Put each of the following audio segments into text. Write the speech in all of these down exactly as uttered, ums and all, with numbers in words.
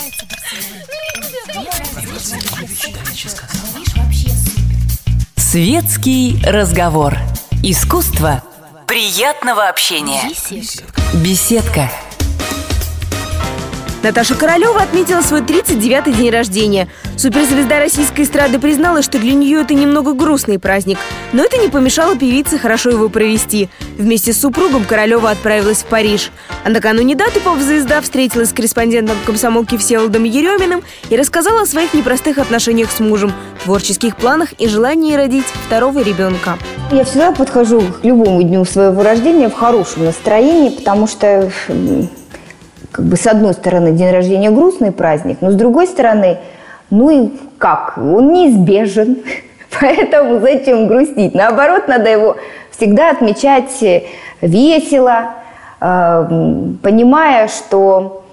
Светский разговор. Искусство приятного общения. Беседка. Наташа Королева отметила свой тридцать девятый день рождения. Суперзвезда российской эстрады призналась, что для нее это немного грустный праздник. Но это не помешало певице хорошо его провести. Вместе с супругом Королева отправилась в Париж. А накануне даты поп-звезда встретилась с корреспондентом комсомолки Всеволодом Ереминым и рассказала о своих непростых отношениях с мужем, творческих планах и желании родить второго ребенка. Я всегда подхожу к любому дню своего рождения в хорошем настроении, потому что, как бы, с одной стороны, день рождения грустный праздник, но с другой стороны, ну и как, он неизбежен, поэтому зачем грустить? Наоборот, надо его всегда отмечать весело, понимая, что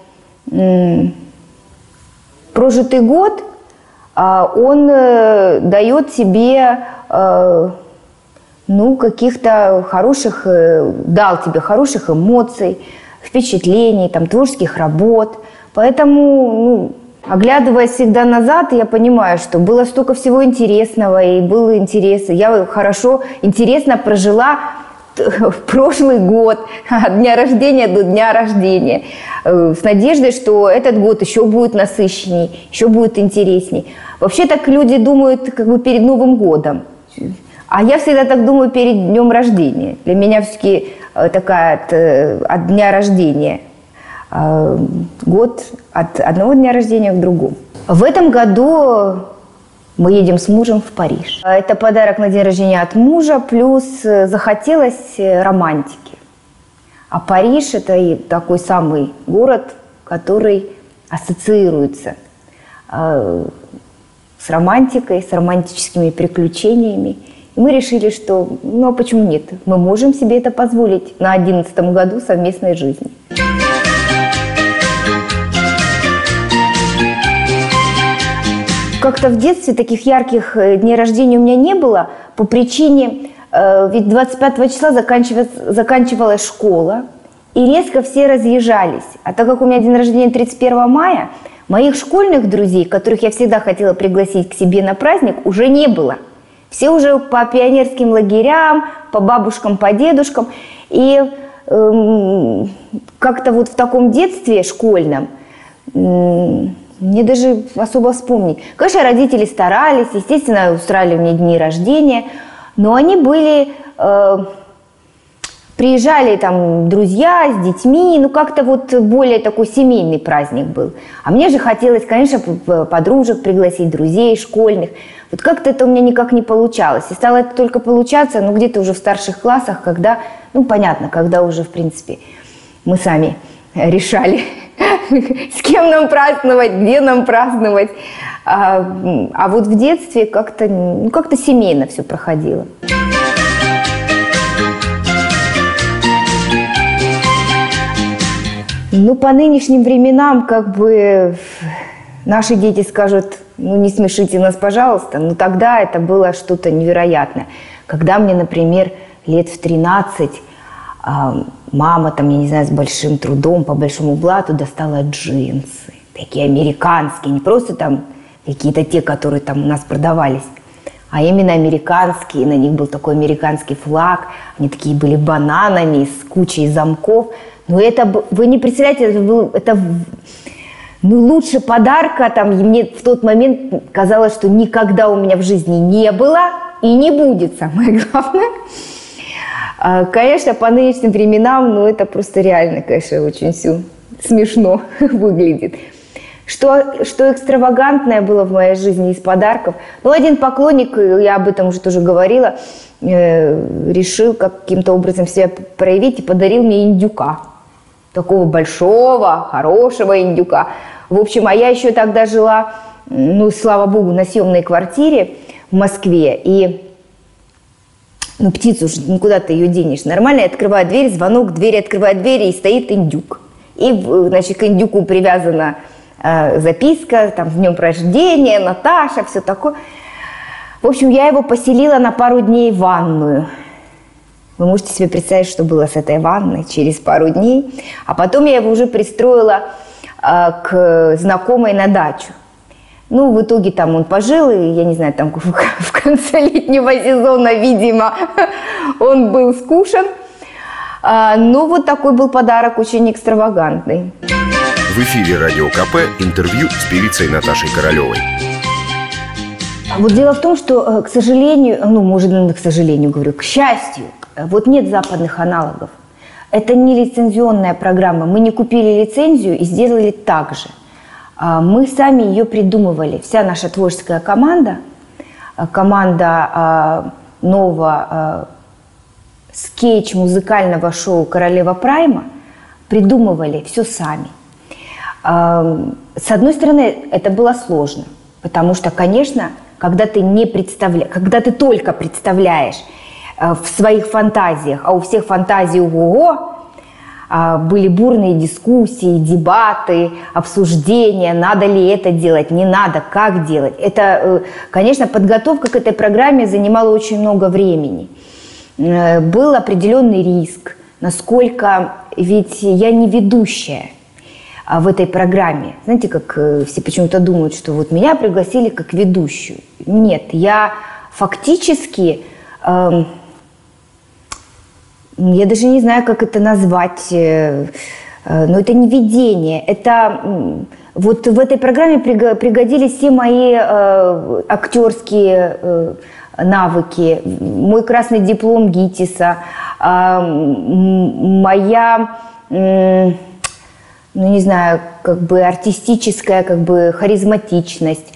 прожитый год, он дает тебе, ну, каких-то хороших, дал тебе хороших эмоций, впечатлений, там, творческих работ. Поэтому, ну, оглядываясь всегда назад, я понимаю, что было столько всего интересного, и было интересно. Я хорошо, интересно прожила прошлый год, от дня рождения до дня рождения, с надеждой, что этот год еще будет насыщенней, еще будет интересней. Вообще так люди думают, как бы, перед Новым годом. А я всегда так думаю перед днем рождения. Для меня все-таки такая от, от дня рождения. Год от одного дня рождения к другому. В этом году мы едем с мужем в Париж. Это подарок на день рождения от мужа, плюс захотелось романтики. А Париж – это и такой самый город, который ассоциируется с романтикой, с романтическими приключениями. И мы решили, что, ну а почему нет? Мы можем себе это позволить на одиннадцатом году совместной жизни. Как-то в детстве таких ярких дней рождения у меня не было по причине, э, ведь двадцать пятого числа заканчивалась школа, и резко все разъезжались. А так как у меня день рождения тридцать первого мая, моих школьных друзей, которых я всегда хотела пригласить к себе на праздник, уже не было. Все уже по пионерским лагерям, по бабушкам, по дедушкам. И э, как-то вот в таком детстве школьном э, мне даже особо вспомнить. Конечно, родители старались, естественно, устраивали мне дни рождения, но они были... Э, приезжали там друзья с детьми, ну как-то вот более такой семейный праздник был. А мне же хотелось, конечно, подружек пригласить, друзей школьных. Вот как-то это у меня никак не получалось. И стало это только получаться, ну, где-то уже в старших классах, когда, ну, понятно, когда уже, в принципе, мы сами решали, с кем нам праздновать, где нам праздновать. А, а вот в детстве как-то, ну, как-то семейно все проходило. Ну, по нынешним временам, как бы, наши дети скажут: ну, не смешите нас, пожалуйста. Но тогда это было что-то невероятное. Когда мне, например, лет в тринадцать мама, там, я не знаю, с большим трудом, по большому блату достала джинсы. Такие американские, не просто там какие-то те, которые там у нас продавались, а именно американские. На них был такой американский флаг. Они такие были бананами, с кучей замков. Но это, вы не представляете, это, был, это ну, лучше подарка, там, мне в тот момент казалось, что никогда у меня в жизни не было и не будет, самое главное. Конечно, по нынешним временам, ну, это просто реально, конечно, очень все смешно выглядит. Что, что экстравагантное было в моей жизни из подарков. Ну, один поклонник, я об этом уже тоже говорила, э, решил каким-то образом себя проявить и подарил мне индюка. Такого большого, хорошего индюка. В общем, а я еще тогда жила, ну, слава богу, на съемной квартире в Москве. И, ну, птицу же никуда ты ее денешь. Нормально, я открываю дверь, звонок, дверь, открываю дверь, и стоит индюк. И, значит, к индюку привязана э, записка, там, с днем рождения, Наташа, все такое. В общем, я его поселила на пару дней в ванную. Вы можете себе представить, что было с этой ванной через пару дней. А потом я его уже пристроила к знакомой на дачу. Ну, в итоге там он пожил, и, я не знаю, там в конце летнего сезона, видимо, он был скушен. Ну, вот такой был подарок, очень экстравагантный. В эфире Радио ка пэ интервью с певицей Наташей Королевой. Вот дело в том, что, к сожалению, ну, может, к сожалению, говорю, к счастью, вот нет западных аналогов. Это не лицензионная программа. Мы не купили лицензию и сделали так же. Мы сами ее придумывали. Вся наша творческая команда, команда нового скетч-музыкального шоу «Королева Прайма» придумывали все сами. С одной стороны, это было сложно, потому что, конечно, когда ты не представляешь, когда ты только представляешь в своих фантазиях, а у всех фантазии ого-го, были бурные дискуссии, дебаты, обсуждения, надо ли это делать, не надо, как делать. Это, конечно, подготовка к этой программе занимала очень много времени. Был определенный риск, насколько, ведь я не ведущая в этой программе. Знаете, как все почему-то думают, что вот меня пригласили как ведущую. Нет, я фактически... Э, Я даже не знаю, как это назвать, но это не ведение. Это вот в этой программе пригодились все мои актерские навыки, мой красный диплом ГИТИСа, моя, ну не знаю, как бы артистическая, как бы харизматичность,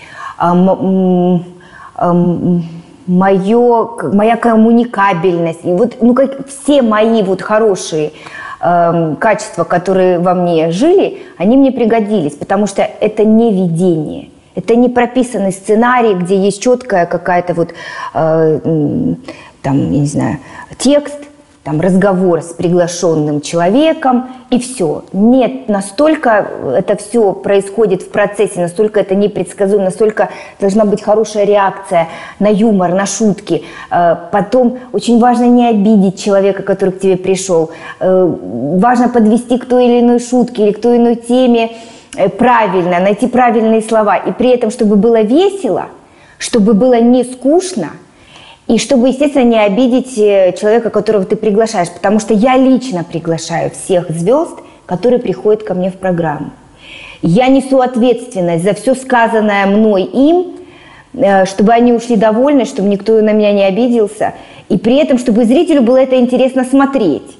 Моё, моя коммуникабельность, и вот, ну, как все мои вот хорошие э, качества, которые во мне жили, они мне пригодились, потому что это не ведение, это не прописанный сценарий, где есть четкая какая-то вот, э, там, я не знаю, текст, там, разговор с приглашенным человеком, и все. Нет, настолько это все происходит в процессе, настолько это непредсказуемо, настолько должна быть хорошая реакция на юмор, на шутки. Потом очень важно не обидеть человека, который к тебе пришел. Важно подвести к той или иной шутке или к той или иной теме правильно, найти правильные слова. И при этом, чтобы было весело, чтобы было не скучно, и чтобы, естественно, не обидеть человека, которого ты приглашаешь. Потому что я лично приглашаю всех звезд, которые приходят ко мне в программу. Я несу ответственность за все сказанное мной им, чтобы они ушли довольны, чтобы никто на меня не обиделся. И при этом, чтобы зрителю было это интересно смотреть.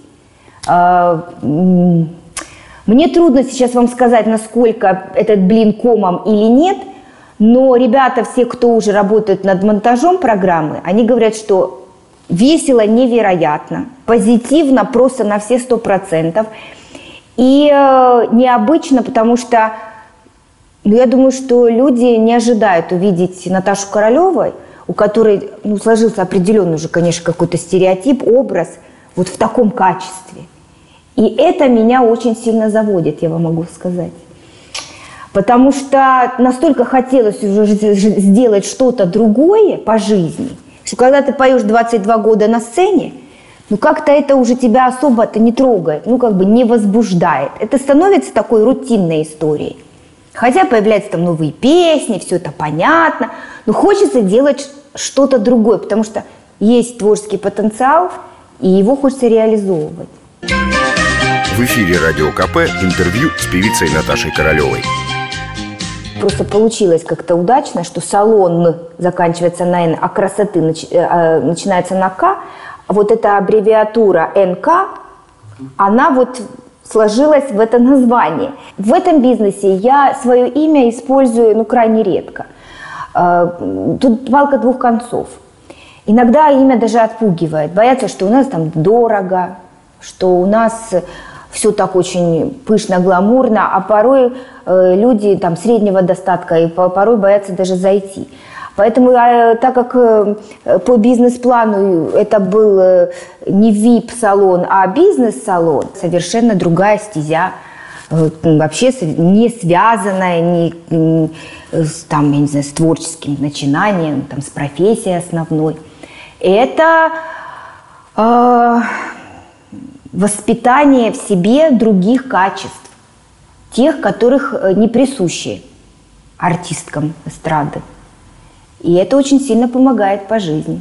Мне трудно сейчас вам сказать, насколько этот блин комом или нет. Но ребята, все, кто уже работает над монтажом программы, они говорят, что весело невероятно, позитивно просто на все сто процентов. И э, необычно, потому что ну, я думаю, что люди не ожидают увидеть Наташу Королевой, у которой ну, сложился определенный уже, конечно, какой-то стереотип, образ вот в таком качестве. И это меня очень сильно заводит, я вам могу сказать. Потому что настолько хотелось уже сделать что-то другое по жизни, что когда ты поешь двадцать два года на сцене, ну как-то это уже тебя особо-то не трогает, ну как бы не возбуждает. Это становится такой рутинной историей. Хотя появляются там новые песни, все это понятно, но хочется делать что-то другое, потому что есть творческий потенциал, и его хочется реализовывать. В эфире Радио ка пэ интервью с певицей Наташей Королевой. Просто получилось как-то удачно, что салон заканчивается на «Н», а красоты нач... начинается на «К». Вот эта аббревиатура «эн ка», она вот сложилась в это название. В этом бизнесе я свое имя использую ну, крайне редко. Тут палка двух концов. Иногда имя даже отпугивает. Боятся, что у нас там дорого, что у нас... все так очень пышно, гламурно, а порой э, люди там среднего достатка и порой боятся даже зайти. Поэтому, э, так как э, по бизнес-плану это был э, не ви ай пи-салон, а бизнес-салон, совершенно другая стезя, э, вообще не связанная ни, э, с, там, я не знаю, с творческим начинанием, там, с профессией основной. Это... Э, воспитание в себе других качеств. тех, которых не присущи артисткам эстрады. И это очень сильно помогает по жизни.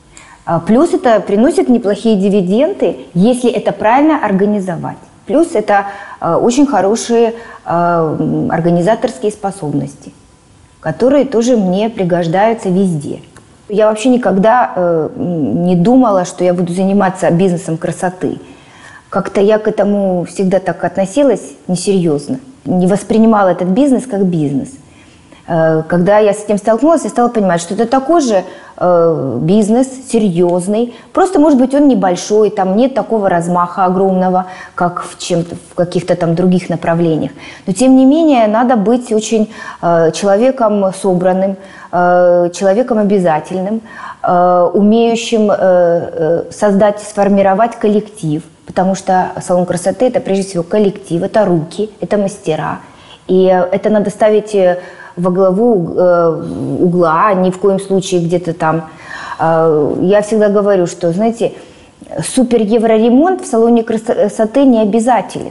Плюс это приносит неплохие дивиденды, если это правильно организовать. Плюс это очень хорошие организаторские способности, которые тоже мне пригождаются везде. Я вообще никогда не думала, что я буду заниматься бизнесом красоты. Как-то я к этому всегда так относилась несерьезно. Не воспринимала этот бизнес как бизнес. Когда я с этим столкнулась, я стала понимать, что это такой же э, бизнес, серьезный. Просто, может быть, он небольшой, там нет такого размаха огромного, как в, чем-то, в каких-то там других направлениях. Но, тем не менее, надо быть очень э, человеком собранным, э, человеком обязательным, э, умеющим э, э, создать, сформировать коллектив. Потому что салон красоты – это прежде всего коллектив, это руки, это мастера. И это надо ставить во главу угла, ни в коем случае где-то там. Я всегда говорю, что, знаете, супер-евроремонт в салоне красоты не обязателен.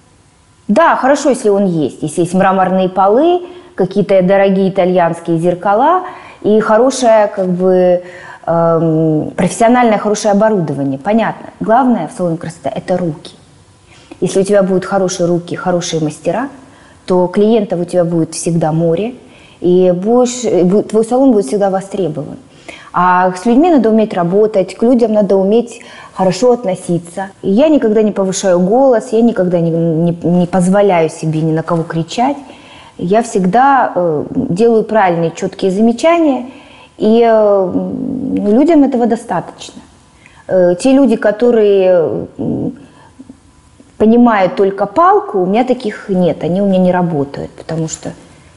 Да, хорошо, если он есть. Если есть мраморные полы, какие-то дорогие итальянские зеркала и хорошее, как бы, профессиональное хорошее оборудование. Понятно. Главное в салоне красоты – это руки. Если у тебя будут хорошие руки, хорошие мастера, то клиентов у тебя будет всегда море, и будешь, твой салон будет всегда востребован. А с людьми надо уметь работать, к людям надо уметь хорошо относиться. И я никогда не повышаю голос, я никогда не, не, не позволяю себе ни на кого кричать. Я всегда э, делаю правильные, четкие замечания, и э, людям этого достаточно. Э, те люди, которые... Э, понимают только палку, у меня таких нет, они у меня не работают, потому что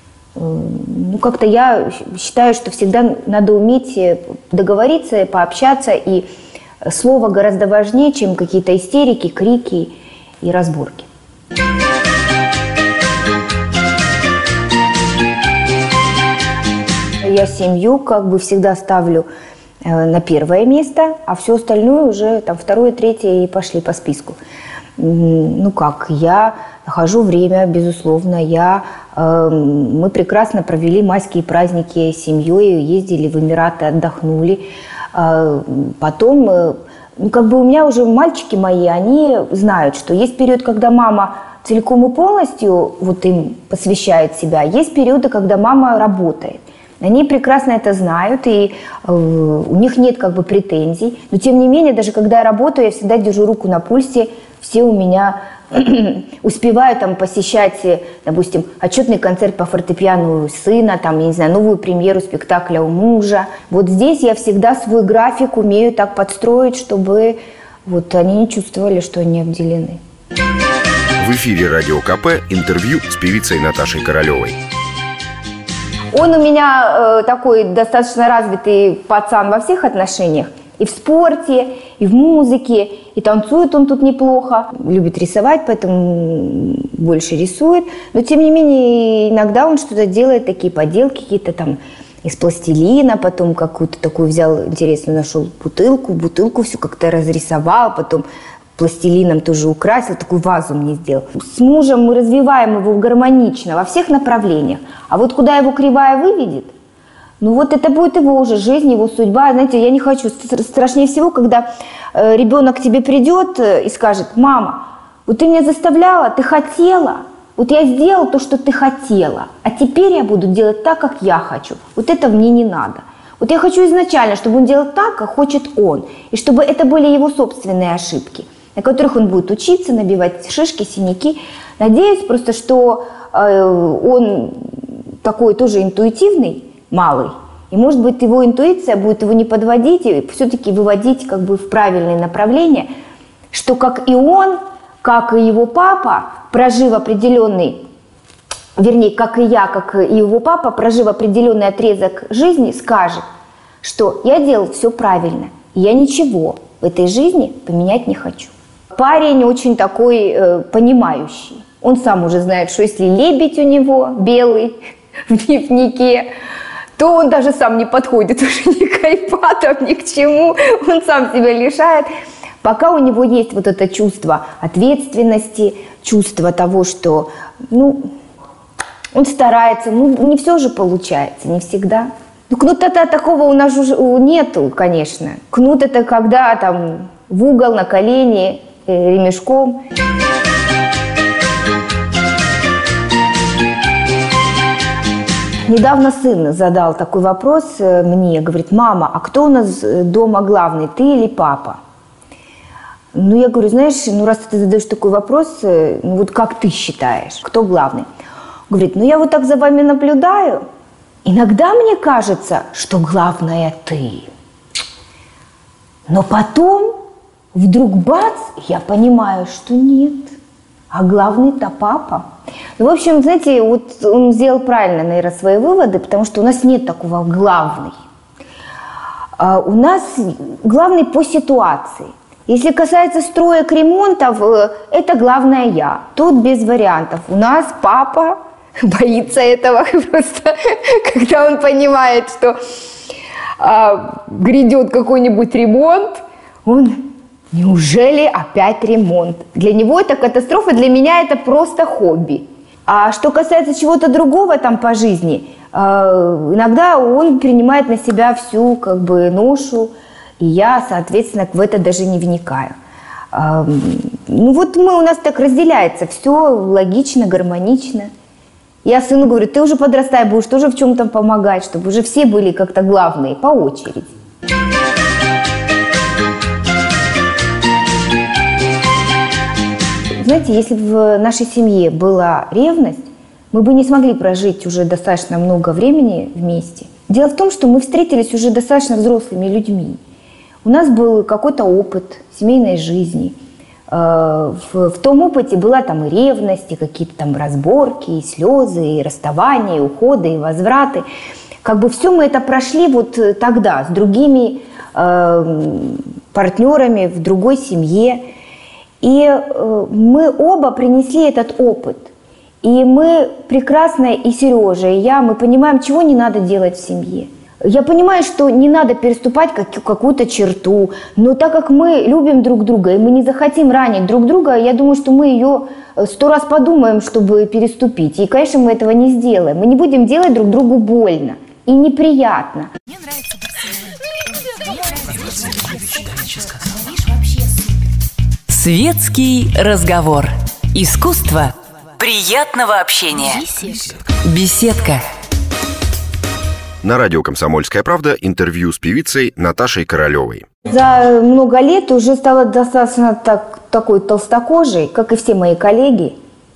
ну, как-то я считаю, что всегда надо уметь договориться, пообщаться, и слово гораздо важнее, чем какие-то истерики, крики и разборки. Я семью как бы всегда ставлю на первое место, а все остальное уже там второе, третье и пошли по списку. Ну как, я нахожу время, безусловно, я, э, мы прекрасно провели майские праздники с семьей, ездили в Эмираты, отдохнули. Э, потом, э, ну как бы у меня уже мальчики мои, они знают, что есть период, когда мама целиком и полностью вот им посвящает себя, есть периоды, когда мама работает. Они прекрасно это знают, и э, у них нет как бы претензий. Но тем не менее, даже когда я работаю, я всегда держу руку на пульсе. Все у меня успевают там посещать, допустим, отчетный концерт по фортепиано у сына, там, я не знаю, новую премьеру спектакля у мужа. Вот здесь я всегда свой график умею так подстроить, чтобы вот они не чувствовали, что они обделены. В эфире Радио КП интервью с певицей Наташей Королевой. Он у меня э, такой достаточно развитый пацан во всех отношениях. И в спорте, и в музыке, и танцует он тут неплохо. Любит рисовать, поэтому больше рисует. Но, тем не менее, иногда он что-то делает, такие поделки какие-то там из пластилина. Потом какую-то такую взял, интересную, нашел бутылку. Бутылку всю как-то разрисовал, потом пластилином тоже украсил, такую вазу мне сделал. С мужем мы развиваем его гармонично во всех направлениях. А вот куда его кривая выведет, ну вот это будет его уже жизнь, его судьба. Знаете, я не хочу. Страшнее всего, когда э, ребенок к тебе придет и скажет: мама, вот ты меня заставляла, ты хотела, вот я сделал то, что ты хотела, а теперь я буду делать так, как я хочу. Вот это мне не надо. Вот я хочу изначально, чтобы он делал так, как хочет он, и чтобы это были его собственные ошибки, на которых он будет учиться, набивать шишки, синяки. Надеюсь просто, что э, он такой тоже интуитивный, малый. И, может быть, его интуиция будет его не подводить и все-таки выводить как бы в правильное направление, что как и он, как и его папа, прожив определенный, вернее, как и я, как и его папа, прожив определенный отрезок жизни, скажет, что я делал все правильно, и я ничего в этой жизни поменять не хочу. Парень очень такой э, понимающий. Он сам уже знает, что если лебедь у него белый в дневнике, то он даже сам не подходит уже ни к айпадам, ни к чему, он сам себя лишает. Пока у него есть вот это чувство ответственности, чувство того, что, ну, он старается, ну, не все же получается, не всегда. Ну, кнута-то такого у нас уже нету, конечно. Кнут – это когда там в угол, на колени, ремешком. Недавно сын задал такой вопрос мне, говорит: мама, а кто у нас дома главный, ты или папа? Ну, я говорю, знаешь, ну, раз ты задаешь такой вопрос, ну, вот как ты считаешь, кто главный? Говорит, ну, я вот так за вами наблюдаю, иногда мне кажется, что главное ты. Но потом вдруг бац, я понимаю, что нет, а главный-то папа. Ну, в общем, знаете, вот он сделал правильно, наверное, свои выводы, потому что у нас нет такого главный. А у нас главный по ситуации. Если касается строек, ремонтов, это главное я. Тут без вариантов. У нас папа боится этого просто, когда он понимает, что а, грядет какой-нибудь ремонт, он... Неужели опять ремонт? Для него это катастрофа, для меня это просто хобби. А что касается чего-то другого там по жизни, иногда он принимает на себя всю как бы ношу, и я, соответственно, в это даже не вникаю. Ну вот мы, у нас так разделяется, все логично, гармонично. Я сыну говорю, ты уже подрастай, будешь тоже в чем-то помогать, чтобы уже все были как-то главные, по очереди. Знаете, если бы в нашей семье была ревность, мы бы не смогли прожить уже достаточно много времени вместе. Дело в том, что мы встретились уже достаточно взрослыми людьми. У нас был какой-то опыт семейной жизни. В, в том опыте была там и ревность, и какие-то там разборки, и слезы, и расставания, и уходы, и возвраты. Как бы все мы это прошли вот тогда с другими э, партнерами в другой семье. И э, мы оба принесли этот опыт. И мы прекрасно, и Сережа, и я, мы понимаем, чего не надо делать в семье. Я понимаю, что не надо переступать как, какую-то черту, но так как мы любим друг друга, и мы не захотим ранить друг друга, я думаю, что мы ее сто раз подумаем, чтобы переступить. И, конечно, мы этого не сделаем. Мы не будем делать друг другу больно и неприятно. Мне нравится. Светский разговор. Искусство приятного общения. Беседка. На радио «Комсомольская правда» интервью с певицей Наташей Королевой. За много лет уже стала достаточно так, такой толстокожей, как и все мои коллеги.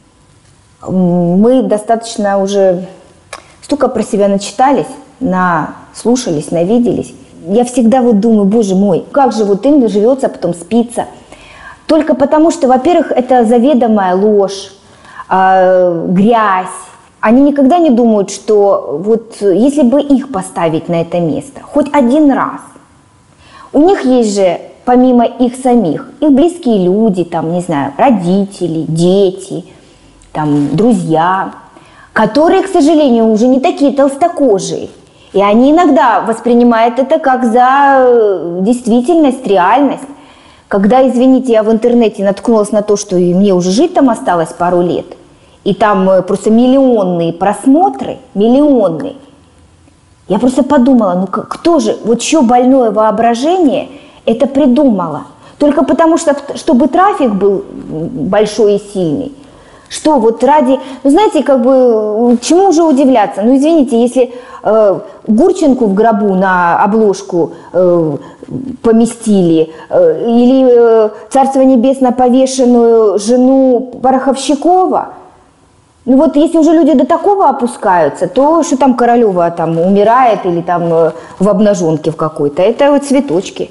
Мы достаточно уже столько про себя начитались, наслушались, навиделись. Я всегда вот думаю, боже мой, как же вот им живется, потом спится. Только потому, что, во-первых, это заведомая ложь, э, грязь. Они никогда не думают, что вот если бы их поставить на это место, хоть один раз, у них есть же, помимо их самих, их близкие люди, там, не знаю, родители, дети, там, друзья, которые, к сожалению, уже не такие толстокожие. И они иногда воспринимают это как за действительность, реальность. Когда, извините, я в интернете наткнулась на то, что мне уже жить там осталось пару лет, и там просто миллионные просмотры, миллионные, я просто подумала, ну кто же, вот чье больное воображение это придумало? Только потому, что, чтобы трафик был большой и сильный. Что вот ради, ну знаете, как бы, чему уже удивляться? Ну извините, если э, Гурченко в гробу на обложку э, поместили, э, или э, Царство Небесное повешенную жену Пороховщикова, ну вот если уже люди до такого опускаются, то что там Королева там умирает или там э, в обнаженке в какой-то, это вот цветочки.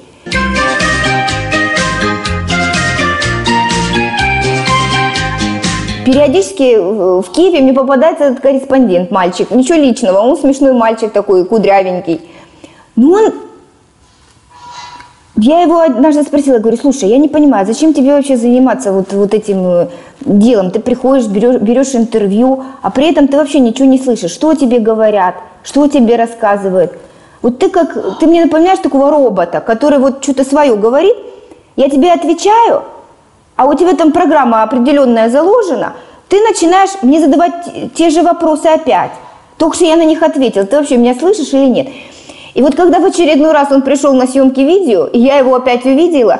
Периодически в Киеве мне попадается этот корреспондент, мальчик. Ничего личного, он смешной мальчик такой, кудрявенький. Ну он... Я его однажды спросила, говорю, слушай, я не понимаю, зачем тебе вообще заниматься вот, вот этим делом? Ты приходишь, берешь, берешь интервью, а при этом ты вообще ничего не слышишь. Что тебе говорят, что тебе рассказывают. Вот ты как... Ты мне напоминаешь такого робота, который вот что-то свое говорит, я тебе отвечаю, а у тебя там программа определенная заложена, ты начинаешь мне задавать те же вопросы опять. Только что я на них ответила. Ты вообще меня слышишь или нет? И вот когда в очередной раз он пришел на съемки видео, и я его опять увидела,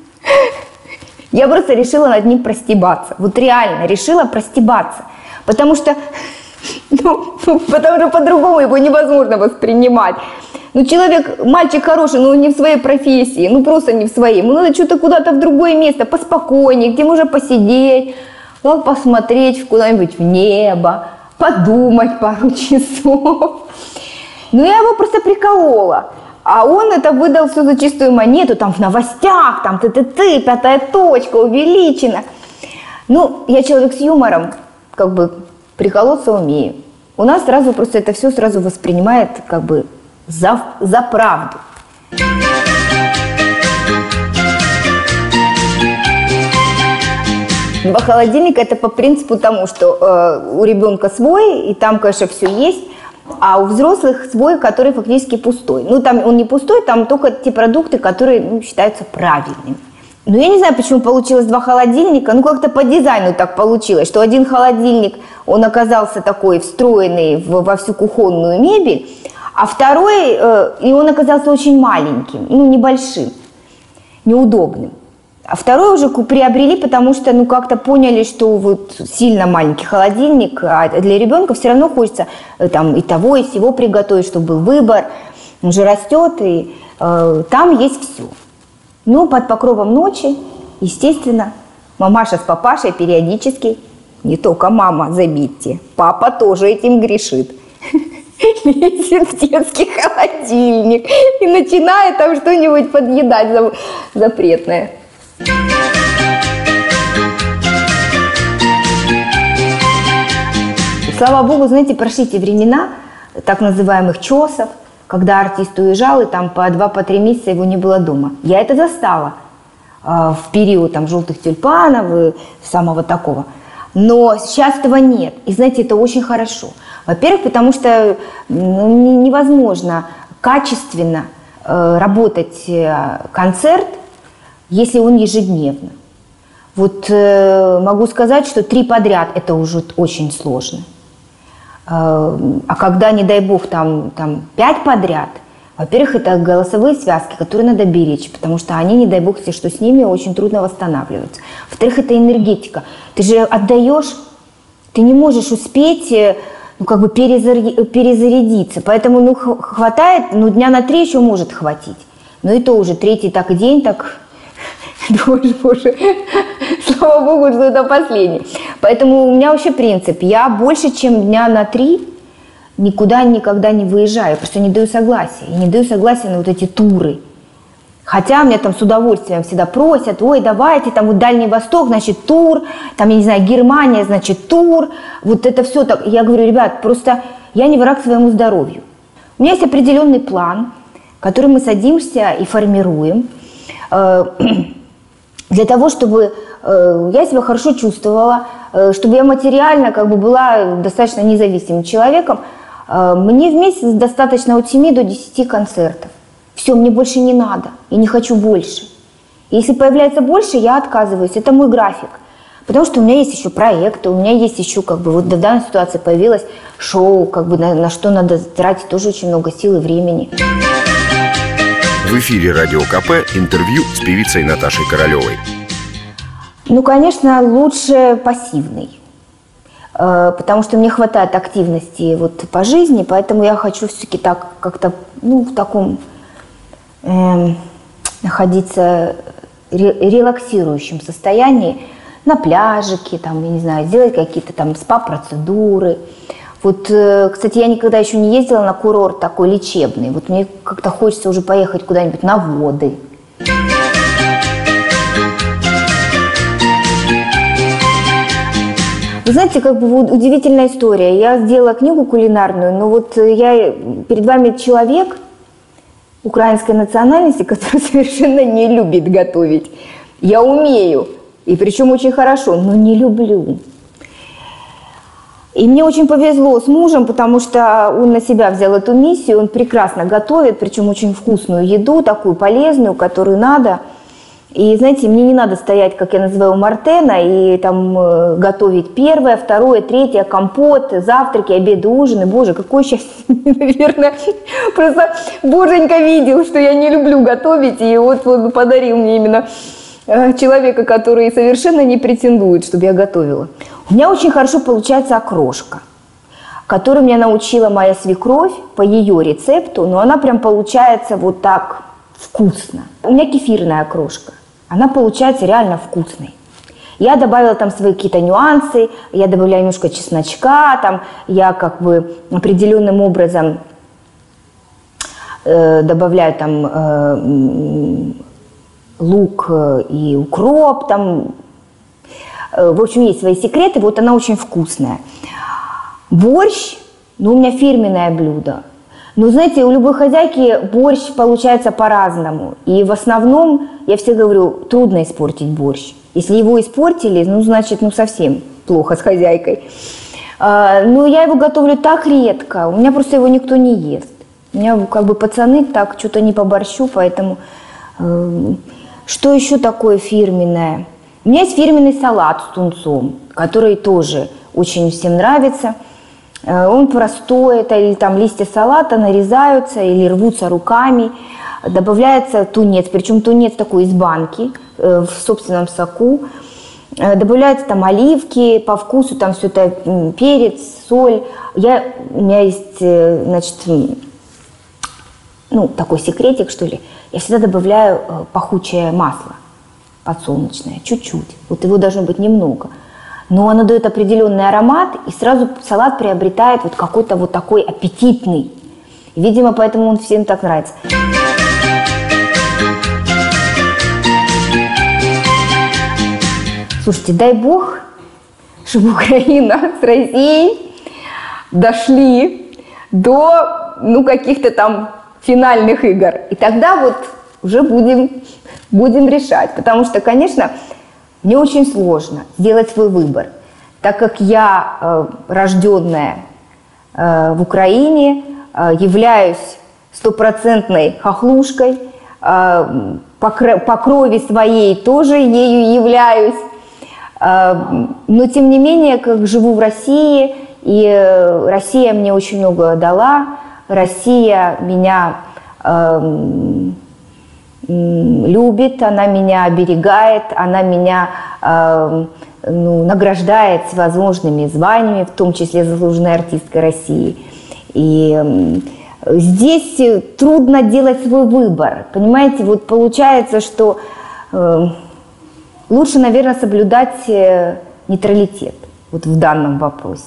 я просто решила над ним простебаться. Вот реально решила простебаться. Потому что, ну, потому что по-другому его невозможно воспринимать. Ну, человек, мальчик хороший, но он не в своей профессии, ну, просто не в своей. Ему надо что-то куда-то в другое место, поспокойнее, где можно посидеть, посмотреть куда-нибудь в небо, подумать пару часов. Ну, я его просто приколола. А он это выдал все за чистую монету, там в новостях, там ты-ты-ты, пятая точка, увеличена. Ну, я человек с юмором, как бы приколоться умею. У нас сразу просто это все сразу воспринимает как бы за, за правду. Два холодильника – это по принципу тому, что э, у ребенка свой, и там, конечно, все есть, а у взрослых свой, который фактически пустой. Ну, там он не пустой, там только те продукты, которые, ну, считаются правильными. Но я не знаю, почему получилось два холодильника, ну, как-то по дизайну так получилось, что один холодильник, он оказался такой встроенный в, во всю кухонную мебель, а второй, э, и он оказался очень маленьким, ну, небольшим, неудобным. А второй уже приобрели, потому что, ну, как-то поняли, что вот сильно маленький холодильник, а для ребенка все равно хочется там и того, и сего приготовить, чтобы был выбор. Он же растет, и э, там есть все. Ну, под покровом ночи, естественно, мамаша с папашей периодически, не только мама, заметьте, папа тоже этим грешит. Лезет в детский холодильник и начинает там что-нибудь подъедать запретное. Слава богу, знаете, прошли те времена так называемых чесов, когда артист уезжал, и там по два, по три месяца его не было дома. Я это застала э, в период там желтых тюльпанов и самого такого. Но сейчас этого нет. И знаете, это очень хорошо. Во-первых, потому что ну, невозможно качественно э, работать э, концерт, если он ежедневно. Вот э, могу сказать, что три подряд это уже очень сложно. Э, а когда, не дай бог, там, там пять подряд, во-первых, это голосовые связки, которые надо беречь, потому что они, не дай бог, если что с ними, очень трудно восстанавливаются. Во-вторых, это энергетика. Ты же отдаешь, ты не можешь успеть, ну, как бы перезарядиться. Поэтому, ну, хватает, ну, дня на три еще может хватить. Но и то уже третий так и день так... Боже, боже, слава богу, что это последний. Поэтому у меня вообще принцип. Я больше, чем дня на три никуда никогда не выезжаю. Просто не даю согласия. И не даю согласия на вот эти туры. Хотя меня там с удовольствием всегда просят, ой, давайте, там вот Дальний Восток, значит, тур, там, я не знаю, Германия, значит, тур. Вот это все так. Я говорю, ребят, просто я не враг своему здоровью. У меня есть определенный план, который мы садимся и формируем. Для того, чтобы э, я себя хорошо чувствовала, э, чтобы я материально как бы была достаточно независимым человеком, э, мне в месяц достаточно от семи до десяти концертов. Все, мне больше не надо, и не хочу больше. Если появляется больше, я отказываюсь, это мой график. Потому что у меня есть еще проекты, у меня есть еще, как бы, вот в данной ситуации появилось шоу, как бы, на, на что надо тратить тоже очень много сил и времени. В эфире Радио КП интервью с певицей Наташей Королевой. Ну, конечно, лучше пассивный, потому что мне хватает активности вот по жизни, поэтому я хочу все-таки так как-то, ну, в таком э, находиться ре- релаксирующем состоянии, на пляжике, там, я не знаю, сделать какие-то там спа-процедуры. Вот, кстати, я никогда еще не ездила на курорт такой лечебный. Вот мне как-то хочется уже поехать куда-нибудь на воды. Вы знаете, как бы удивительная история. Я сделала книгу кулинарную, но вот я перед вами человек украинской национальности, который совершенно не любит готовить. Я умею, и причем очень хорошо, но не люблю. И мне очень повезло с мужем, потому что он на себя взял эту миссию, он прекрасно готовит, причем очень вкусную еду, такую полезную, которую надо. И, знаете, мне не надо стоять, как я называю, у Мартена и там э, готовить первое, второе, третье, компот, завтраки, обеды, ужины. Боже, какое счастье, наверное. Просто Боженька видел, что я не люблю готовить, и вот он подарил мне именно э, человека, который совершенно не претендует, чтобы я готовила. У меня очень хорошо получается окрошка, которую меня научила моя свекровь по ее рецепту, но она прям получается вот так вкусно. У меня кефирная окрошка. Она получается реально вкусной. Я добавила там свои какие-то нюансы, я добавляю немножко чесночка, там я как бы определенным образом э, добавляю там э, лук и укроп, там, э, в общем, есть свои секреты, вот она очень вкусная. Борщ, ну, у меня фирменное блюдо. Но, знаете, у любой хозяйки борщ получается по-разному. И в основном, я всегда говорю, трудно испортить борщ. Если его испортили, ну, значит, ну, совсем плохо с хозяйкой. А, но я его готовлю так редко, у меня просто его никто не ест. У меня как бы пацаны так что-то не по борщу, поэтому... Э, что еще такое фирменное? У меня есть фирменный салат с тунцом, который тоже очень всем нравится. Он простой, это или там листья салата нарезаются или рвутся руками, добавляется тунец, причем тунец такой из банки, в собственном соку, добавляются там оливки, по вкусу там все это перец, соль. Я, у меня есть, значит, ну, такой секретик, что ли, я всегда добавляю пахучее масло подсолнечное, чуть-чуть, вот его должно быть немного. Но оно дает определенный аромат, и сразу салат приобретает вот какой-то вот такой аппетитный. И, видимо, поэтому он всем так нравится. Слушайте, дай бог, чтобы Украина с Россией дошли до, ну, каких-то там финальных игр. И тогда вот уже будем, будем решать. Потому что, конечно, мне очень сложно сделать свой выбор, так как я, э, рожденная э, в Украине, э, являюсь стопроцентной хохлушкой, э, по, по крови своей тоже ею являюсь, э, но тем не менее, как живу в России, и э, Россия мне очень много дала, Россия меня... Э, любит, она меня оберегает, она меня э, ну, награждает всевозможными званиями, в том числе заслуженной артисткой России. И э, здесь трудно делать свой выбор. Понимаете, вот получается, что э, лучше, наверное, соблюдать э, нейтралитет вот в данном вопросе.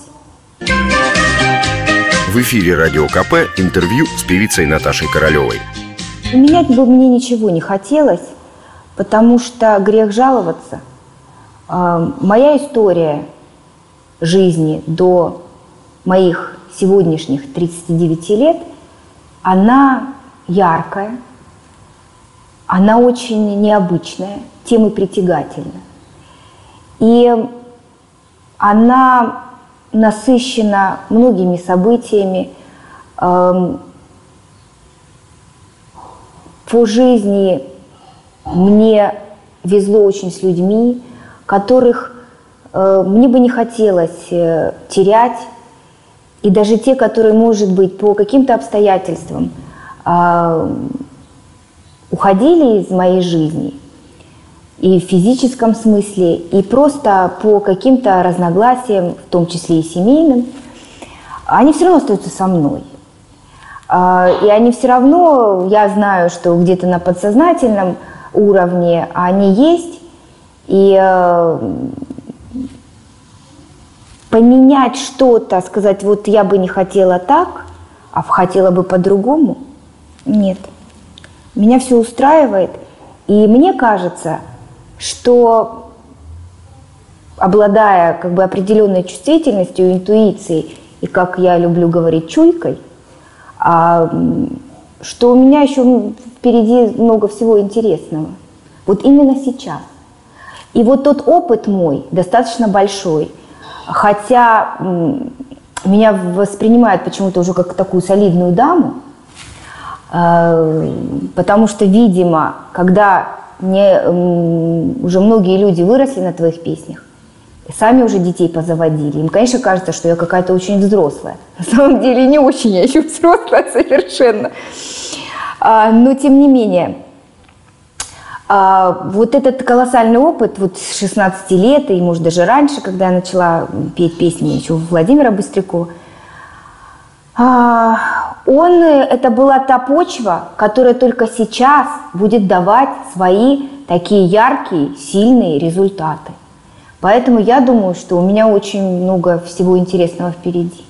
В эфире Радио КП интервью с певицей Наташей Королевой. Менять бы мне ничего не хотелось, потому что грех жаловаться. Моя история жизни до моих сегодняшних тридцати девяти лет, она яркая, она очень необычная, тем и притягательна. И она насыщена многими событиями. По жизни мне везло очень с людьми, которых э, мне бы не хотелось э, терять, и даже те, которые, может быть, по каким-то обстоятельствам э, уходили из моей жизни, и в физическом смысле, и просто по каким-то разногласиям, в том числе и семейным, они все равно остаются со мной. И они все равно, я знаю, что где-то на подсознательном уровне они есть. И э, поменять что-то, сказать, вот я бы не хотела так, а хотела бы по-другому, нет. Меня все устраивает. И мне кажется, что, обладая как бы определенной чувствительностью, интуицией, и, как я люблю говорить, чуйкой, А, что у меня еще впереди много всего интересного. Вот именно сейчас. И вот тот опыт мой достаточно большой. Хотя м, меня воспринимают почему-то уже как такую солидную даму, э, потому что, видимо, когда мне м, уже многие люди выросли на твоих песнях, сами уже детей позаводили. Им, конечно, кажется, что я какая-то очень взрослая. На самом деле не очень, я еще взрослая совершенно. А, но тем не менее, а, вот этот колоссальный опыт, вот с шестнадцати лет, и может даже раньше, когда я начала петь песни еще Владимира Быстрякова, а, он, это была та почва, которая только сейчас будет давать свои такие яркие, сильные результаты. Поэтому я думаю, что у меня очень много всего интересного впереди.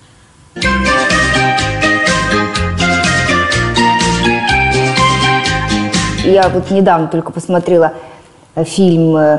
Я вот недавно только посмотрела фильм э,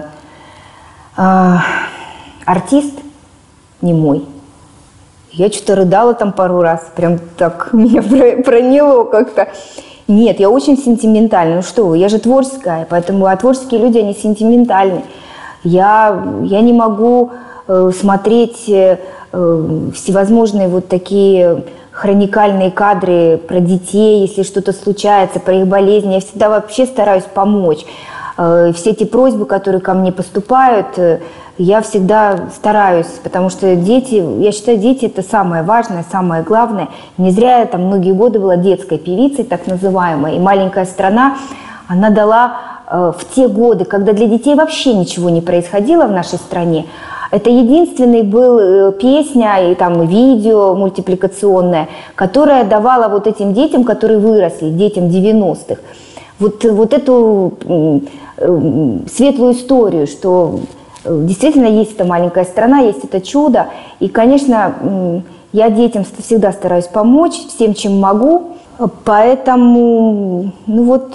«Артист немой». Я что-то рыдала там пару раз, прям так меня проняло как-то. Нет, я очень сентиментальна. Ну что вы, я же творческая, поэтому а творческие люди, они сентиментальны. Я, я не могу э, смотреть э, всевозможные вот такие хроникальные кадры про детей, если что-то случается, про их болезни. Я всегда вообще стараюсь помочь. Э, все эти просьбы, которые ко мне поступают, э, я всегда стараюсь, потому что дети, я считаю, дети – это самое важное, самое главное. Не зря я там многие годы была детской певицей, так называемой, и «Маленькая страна», она дала э, в те годы, когда для детей вообще ничего не происходило в нашей стране. Это единственный был э, песня и там видео мультипликационное, которая давала вот этим детям, которые выросли, детям девяностых, вот, вот эту э, э, светлую историю, что действительно есть эта маленькая страна, есть это чудо. И, конечно, я детям всегда стараюсь помочь всем, чем могу. Поэтому, ну вот,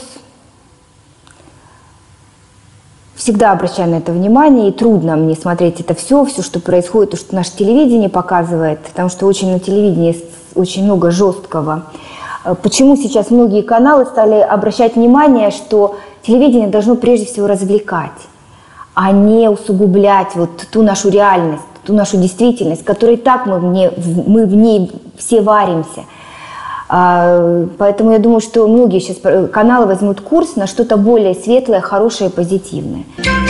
всегда обращаю на это внимание. И трудно мне смотреть это все, все, что происходит, то, что наше телевидение показывает. Потому что очень на телевидении очень много жесткого. Почему сейчас многие каналы стали обращать внимание, что телевидение должно прежде всего развлекать, а не усугублять вот ту нашу реальность, ту нашу действительность, в которой так мы в ней, мы в ней все варимся. Поэтому я думаю, что многие сейчас каналы возьмут курс на что-то более светлое, хорошее, позитивное.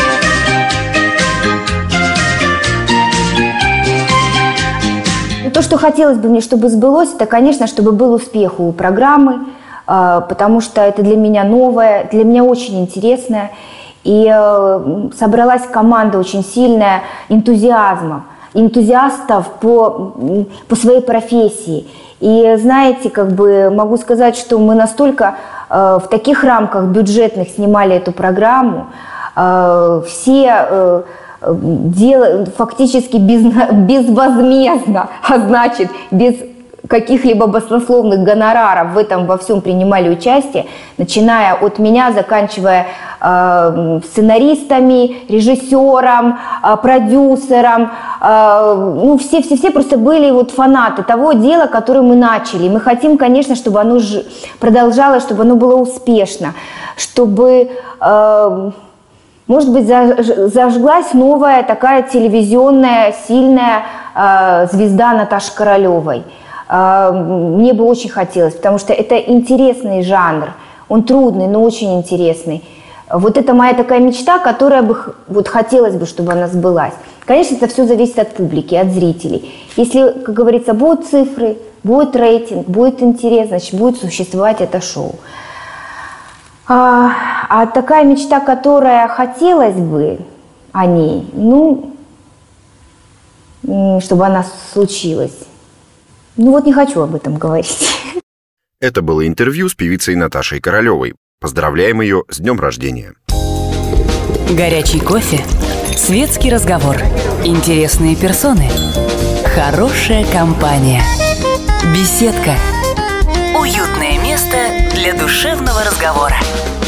То, что хотелось бы мне, чтобы сбылось, это, конечно, чтобы был успех у программы, потому что это для меня новое, для меня очень интересное. И э, собралась команда очень сильная энтузиазма, энтузиастов по, по своей профессии. И знаете, как бы могу сказать, что мы настолько э, в таких рамках бюджетных снимали эту программу, э, все э, дел, фактически без, безвозмездно, а значит, без каких-либо баснословных гонораров в этом во всем принимали участие, начиная от меня, заканчивая э, сценаристами, режиссером, э, продюсером. Э, ну, все-все-все просто были вот фанаты того дела, которое мы начали. Мы хотим, конечно, чтобы оно продолжалось, чтобы оно было успешно, чтобы, э, может быть, зажглась новая такая телевизионная сильная э, звезда Наташи Королевой. Мне бы очень хотелось, потому что это интересный жанр, он трудный, но очень интересный. Вот это моя такая мечта, которая бы вот хотелось бы, чтобы она сбылась. Конечно, это все зависит от публики, от зрителей. Если, как говорится, будут цифры, будет рейтинг, будет интерес, значит, будет существовать это шоу. А, а такая мечта, которая хотелось бы о ней, ну, чтобы она случилась. Ну вот не хочу об этом говорить. Это было интервью с певицей Наташей Королевой. Поздравляем ее с днем рождения. Горячий кофе, светский разговор, интересные персоны, хорошая компания, беседка, уютное место для душевного разговора.